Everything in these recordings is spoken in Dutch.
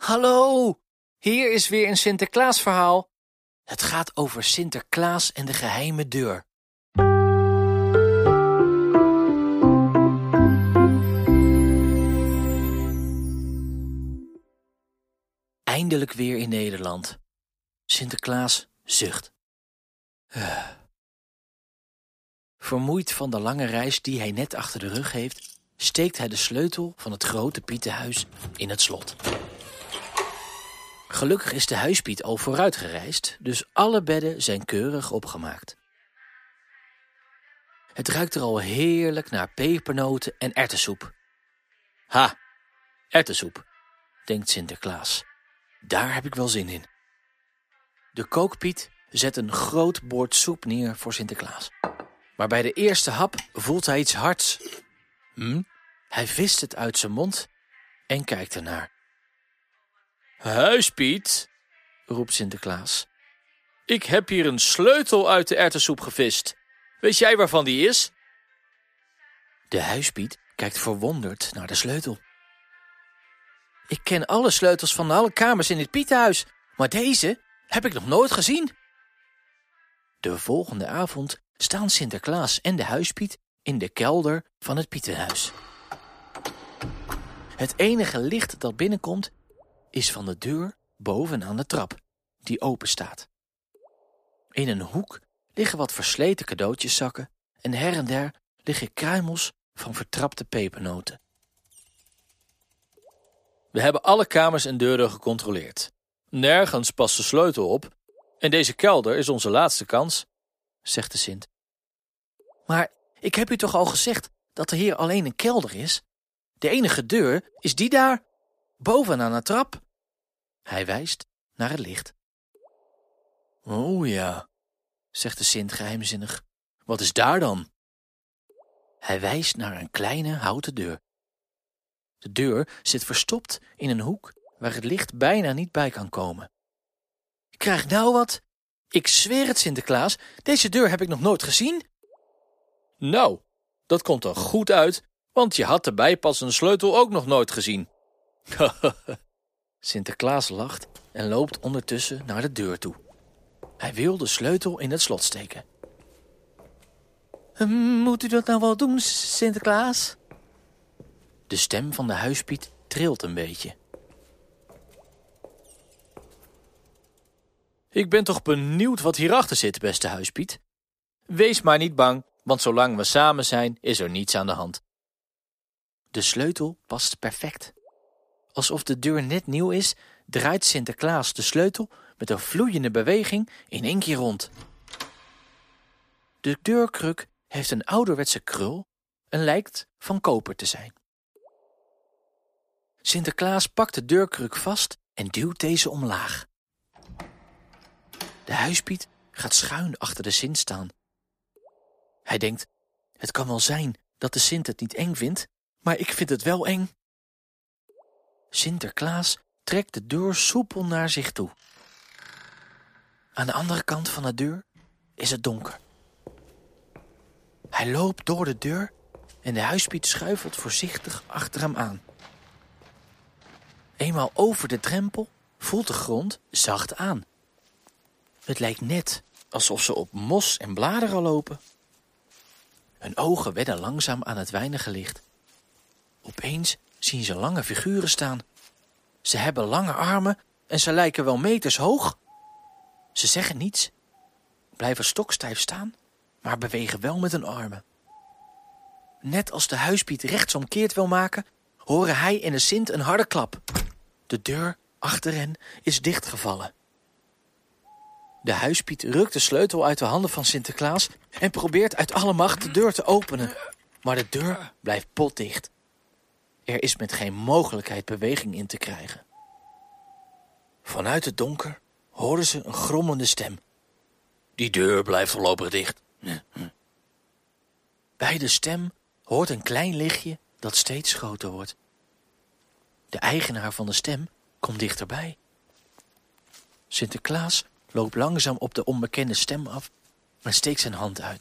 Hallo, hier is weer een Sinterklaasverhaal. Het gaat over Sinterklaas en de geheime deur. Eindelijk weer in Nederland. Sinterklaas zucht. Vermoeid van de lange reis die hij net achter de rug heeft, steekt hij de sleutel van het grote Pietenhuis in het slot. Gelukkig is de huispiet al vooruit gereisd, dus alle bedden zijn keurig opgemaakt. Het ruikt er al heerlijk naar pepernoten en erwtensoep. Ha, erwtensoep, denkt Sinterklaas. Daar heb ik wel zin in. De kookpiet zet een groot bord soep neer voor Sinterklaas. Maar bij de eerste hap voelt hij iets hards. Hij vist het uit zijn mond en kijkt ernaar. Huispiet, roept Sinterklaas. Ik heb hier een sleutel uit de erwtensoep gevist. Weet jij waarvan die is? De huispiet kijkt verwonderd naar de sleutel. Ik ken alle sleutels van alle kamers in dit Pietenhuis, maar deze heb ik nog nooit gezien. De volgende avond staan Sinterklaas en de huispiet in de kelder van het Pietenhuis. Het enige licht dat binnenkomt is van de deur bovenaan de trap, die open staat. In een hoek liggen wat versleten cadeautjeszakken en her en der liggen kruimels van vertrapte pepernoten. We hebben alle kamers en deuren gecontroleerd. Nergens past de sleutel op en deze kelder is onze laatste kans, zegt de Sint. Maar ik heb u toch al gezegd dat er hier alleen een kelder is? De enige deur is die daar, bovenaan de trap. Hij wijst naar het licht. Oh ja, zegt de Sint geheimzinnig. Wat is daar dan? Hij wijst naar een kleine houten deur. De deur zit verstopt in een hoek waar het licht bijna niet bij kan komen. Ik krijg nou wat. Ik zweer het, Sinterklaas, deze deur heb ik nog nooit gezien. Nou, dat komt er goed uit, want je had de bijpassende sleutel ook nog nooit gezien. Sinterklaas lacht en loopt ondertussen naar de deur toe. Hij wil de sleutel in het slot steken. Moet u dat nou wel doen, Sinterklaas? De stem van de huispiet trilt een beetje. Ik ben toch benieuwd wat hierachter zit, beste huispiet. Wees maar niet bang, want zolang we samen zijn, is er niets aan de hand. De sleutel past perfect. Alsof de deur net nieuw is, draait Sinterklaas de sleutel met een vloeiende beweging in één keer rond. De deurkruk heeft een ouderwetse krul en lijkt van koper te zijn. Sinterklaas pakt de deurkruk vast en duwt deze omlaag. De huispiet gaat schuin achter de Sint staan. Hij denkt, het kan wel zijn dat de Sint het niet eng vindt, maar ik vind het wel eng. Sinterklaas trekt de deur soepel naar zich toe. Aan de andere kant van de deur is het donker. Hij loopt door de deur en de huispiet schuifelt voorzichtig achter hem aan. Eenmaal over de drempel voelt de grond zacht aan. Het lijkt net alsof ze op mos en bladeren lopen. Hun ogen wennen langzaam aan het weinige licht. Opeens zien ze lange figuren staan. Ze hebben lange armen en ze lijken wel meters hoog. Ze zeggen niets, blijven stokstijf staan, maar bewegen wel met hun armen. Net als de huispiet rechtsomkeert wil maken, horen hij en de Sint een harde klap. De deur achter hen is dichtgevallen. De huispiet rukt de sleutel uit de handen van Sinterklaas en probeert uit alle macht de deur te openen. Maar de deur blijft potdicht. Er is met geen mogelijkheid beweging in te krijgen. Vanuit het donker horen ze een grommende stem. Die deur blijft voorlopig dicht. Bij de stem hoort een klein lichtje dat steeds groter wordt. De eigenaar van de stem komt dichterbij. Sinterklaas loopt langzaam op de onbekende stem af en steekt zijn hand uit.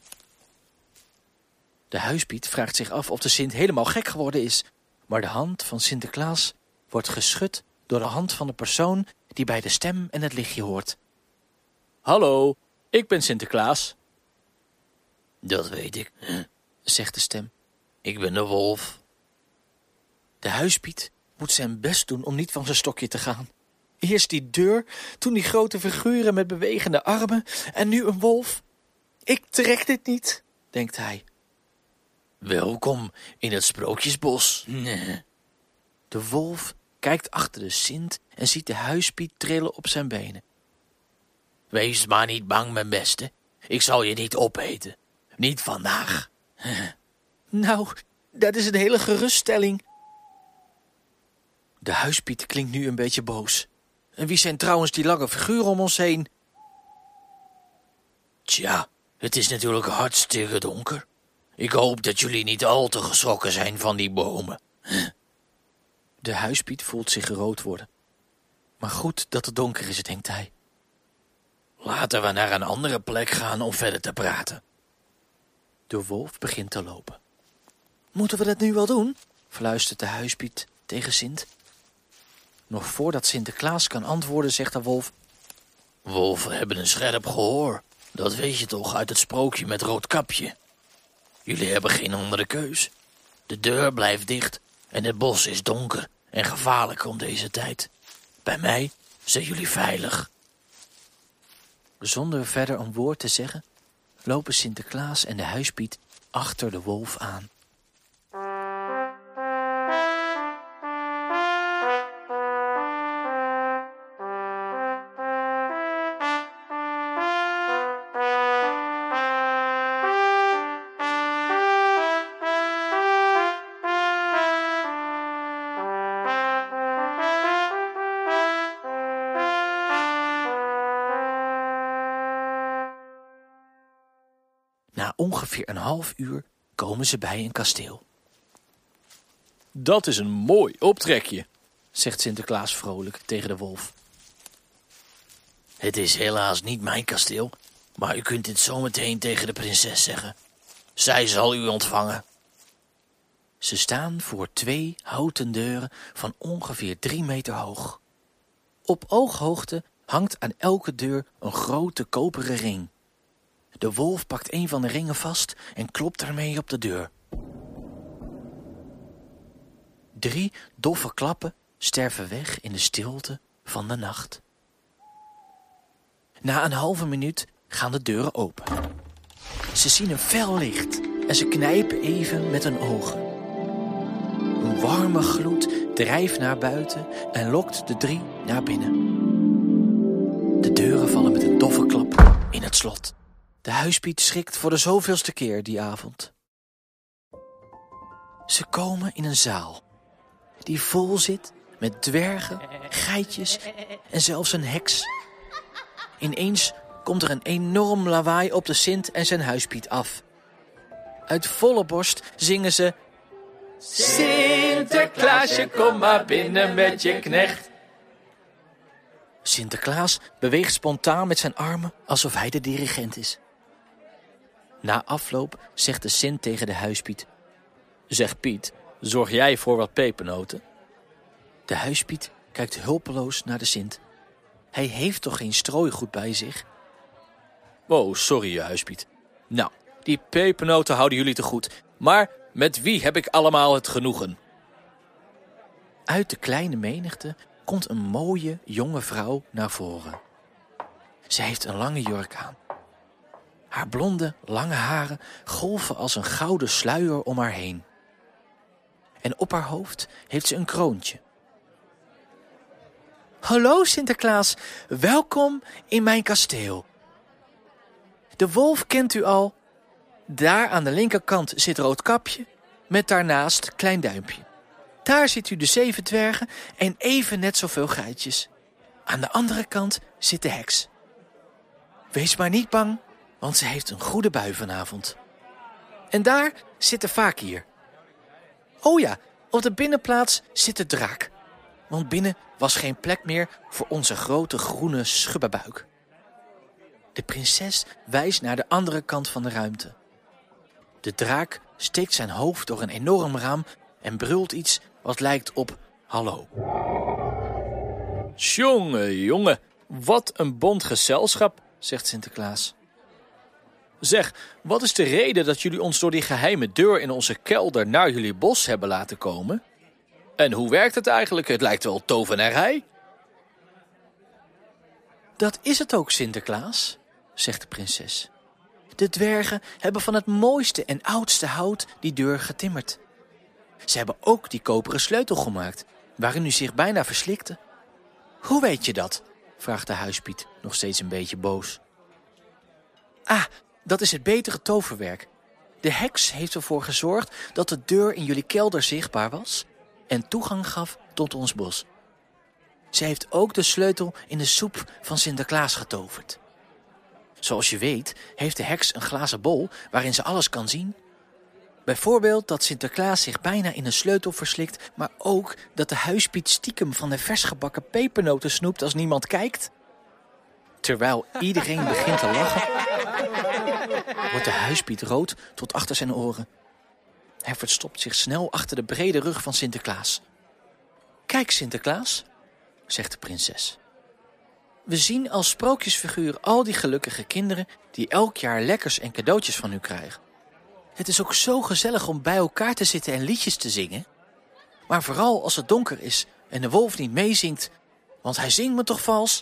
De huispiet vraagt zich af of de Sint helemaal gek geworden is, maar de hand van Sinterklaas wordt geschud door de hand van de persoon die bij de stem en het lichtje hoort. Hallo, ik ben Sinterklaas. Dat weet ik, zegt de stem. Ik ben de wolf. De huispiet moet zijn best doen om niet van zijn stokje te gaan. Eerst die deur, toen die grote figuren met bewegende armen en nu een wolf. Ik trek dit niet, denkt hij. Welkom in het Sprookjesbos. Nee. De wolf kijkt achter de Sint en ziet de huispiet trillen op zijn benen. Wees maar niet bang, mijn beste. Ik zal je niet opeten. Niet vandaag. Nou, dat is een hele geruststelling. De huispiet klinkt nu een beetje boos. En wie zijn trouwens die lange figuren om ons heen? Tja, het is natuurlijk hartstikke donker. Ik hoop dat jullie niet al te geschrokken zijn van die bomen. De huispiet voelt zich rood worden. Maar goed dat het donker is, denkt hij. Laten we naar een andere plek gaan om verder te praten. De wolf begint te lopen. Moeten we dat nu wel doen? Fluistert de huispiet tegen Sint. Nog voordat Sinterklaas kan antwoorden, zegt de wolf. Wolven hebben een scherp gehoor. Dat weet je toch uit het sprookje met Roodkapje. Jullie hebben geen andere keus. De deur blijft dicht en het bos is donker en gevaarlijk om deze tijd. Bij mij zijn jullie veilig. Zonder verder een woord te zeggen, lopen Sinterklaas en de huispiet achter de wolf aan. Na ongeveer een half uur komen ze bij een kasteel. Dat is een mooi optrekje, zegt Sinterklaas vrolijk tegen de wolf. Het is helaas niet mijn kasteel, maar u kunt dit zometeen tegen de prinses zeggen. Zij zal u ontvangen. Ze staan voor 2 houten deuren van ongeveer 3 meter hoog. Op ooghoogte hangt aan elke deur een grote koperen ring. De wolf pakt een van de ringen vast en klopt ermee op de deur. 3 doffe klappen sterven weg in de stilte van de nacht. Na een halve minuut gaan de deuren open. Ze zien een fel licht en ze knijpen even met hun ogen. Een warme gloed drijft naar buiten en lokt de 3 naar binnen. De deuren vallen met een doffe klap in het slot. De huispiet schrikt voor de zoveelste keer die avond. Ze komen in een zaal die vol zit met dwergen, geitjes en zelfs een heks. Ineens komt er een enorm lawaai op de Sint en zijn huispiet af. Uit volle borst zingen ze: Sinterklaasje, kom maar binnen met je knecht. Sinterklaas beweegt spontaan met zijn armen alsof hij de dirigent is. Na afloop zegt de Sint tegen de huispiet: Zeg Piet, zorg jij voor wat pepernoten? De huispiet kijkt hulpeloos naar de Sint. Hij heeft toch geen strooigoed bij zich? Oh, sorry, huispiet. Nou, die pepernoten houden jullie te goed. Maar met wie heb ik allemaal het genoegen? Uit de kleine menigte komt een mooie jonge vrouw naar voren. Ze heeft een lange jurk aan. Haar blonde, lange haren golven als een gouden sluier om haar heen. En op haar hoofd heeft ze een kroontje. Hallo Sinterklaas, welkom in mijn kasteel. De wolf kent u al. Daar aan de linkerkant zit Roodkapje, met daarnaast Klein Duimpje. Daar ziet u de 7 dwergen en even net zoveel geitjes. Aan de andere kant zit de heks. Wees maar niet bang, want ze heeft een goede bui vanavond. En daar zit de fakir. Oh ja, op de binnenplaats zit de draak. Want binnen was geen plek meer voor onze grote groene schubbenbuik. De prinses wijst naar de andere kant van de ruimte. De draak steekt zijn hoofd door een enorm raam en brult iets wat lijkt op hallo. Jongen, jongen, wat een bont gezelschap, zegt Sinterklaas. Zeg, wat is de reden dat jullie ons door die geheime deur in onze kelder naar jullie bos hebben laten komen? En hoe werkt het eigenlijk? Het lijkt wel tovenarij. Dat is het ook, Sinterklaas, zegt de prinses. De dwergen hebben van het mooiste en oudste hout die deur getimmerd. Ze hebben ook die koperen sleutel gemaakt, waarin u zich bijna verslikte. Hoe weet je dat? Vraagt de huispiet, nog steeds een beetje boos. Ah, dat is het betere toverwerk. De heks heeft ervoor gezorgd dat de deur in jullie kelder zichtbaar was en toegang gaf tot ons bos. Ze heeft ook de sleutel in de soep van Sinterklaas getoverd. Zoals je weet heeft de heks een glazen bol waarin ze alles kan zien. Bijvoorbeeld dat Sinterklaas zich bijna in een sleutel verslikt, maar ook dat de huispiet stiekem van de versgebakken pepernoten snoept als niemand kijkt. Terwijl iedereen begint te lachen, wordt de huispiet rood tot achter zijn oren. Hij verstopt zich snel achter de brede rug van Sinterklaas. Kijk, Sinterklaas, zegt de prinses. We zien als sprookjesfiguur al die gelukkige kinderen die elk jaar lekkers en cadeautjes van u krijgen. Het is ook zo gezellig om bij elkaar te zitten en liedjes te zingen. Maar vooral als het donker is en de wolf niet meezingt, want hij zingt me toch vals?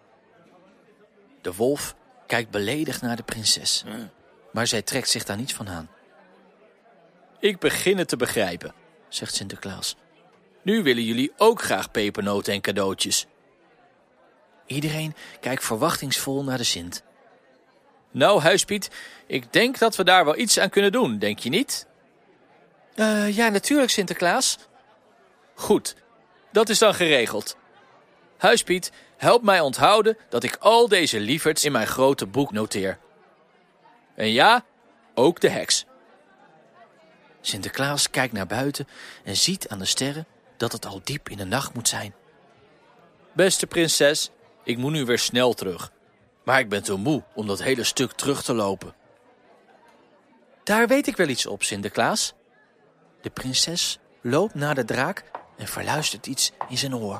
De wolf kijkt beledigd naar de prinses, maar zij trekt zich daar niets van aan. Ik begin het te begrijpen, zegt Sinterklaas. Nu willen jullie ook graag pepernoten en cadeautjes. Iedereen kijkt verwachtingsvol naar de Sint. Nou, huispiet, ik denk dat we daar wel iets aan kunnen doen, denk je niet? Ja, natuurlijk, Sinterklaas. Goed, dat is dan geregeld. Huispiet, help mij onthouden dat ik al deze lieverds in mijn grote boek noteer. En ja, ook de heks. Sinterklaas kijkt naar buiten en ziet aan de sterren dat het al diep in de nacht moet zijn. Beste prinses, ik moet nu weer snel terug. Maar ik ben te moe om dat hele stuk terug te lopen. Daar weet ik wel iets op, Sinterklaas. De prinses loopt naar de draak en verluistert iets in zijn oor.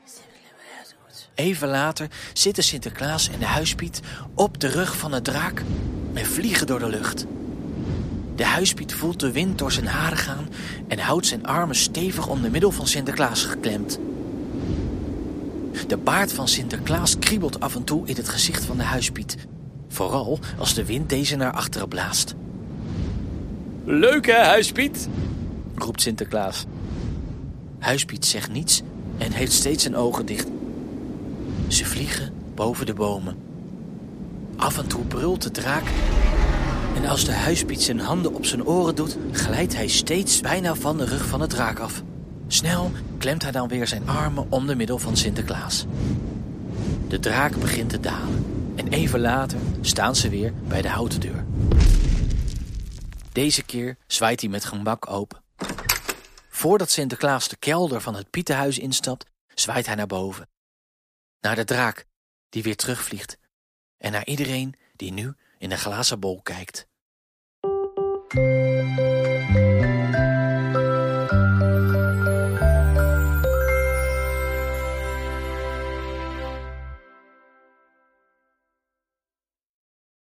Even later zitten Sinterklaas en de huispiet op de rug van de draak en vliegen door de lucht. De huispiet voelt de wind door zijn haren gaan en houdt zijn armen stevig om de middel van Sinterklaas geklemd. De baard van Sinterklaas kriebelt af en toe in het gezicht van de huispiet, vooral als de wind deze naar achteren blaast. Leuk hè, huispiet? Roept Sinterklaas. Huispiet zegt niets en heeft steeds zijn ogen dicht. Ze vliegen boven de bomen. Af en toe brult de draak en als de huispiet zijn handen op zijn oren doet, glijdt hij steeds bijna van de rug van de draak af. Snel klemt hij dan weer zijn armen om de middel van Sinterklaas. De draak begint te dalen en even later staan ze weer bij de houten deur. Deze keer zwaait hij met gemak open. Voordat Sinterklaas de kelder van het pietenhuis instapt, zwaait hij naar boven. Naar de draak, die weer terugvliegt. En naar iedereen die nu in de glazen bol kijkt.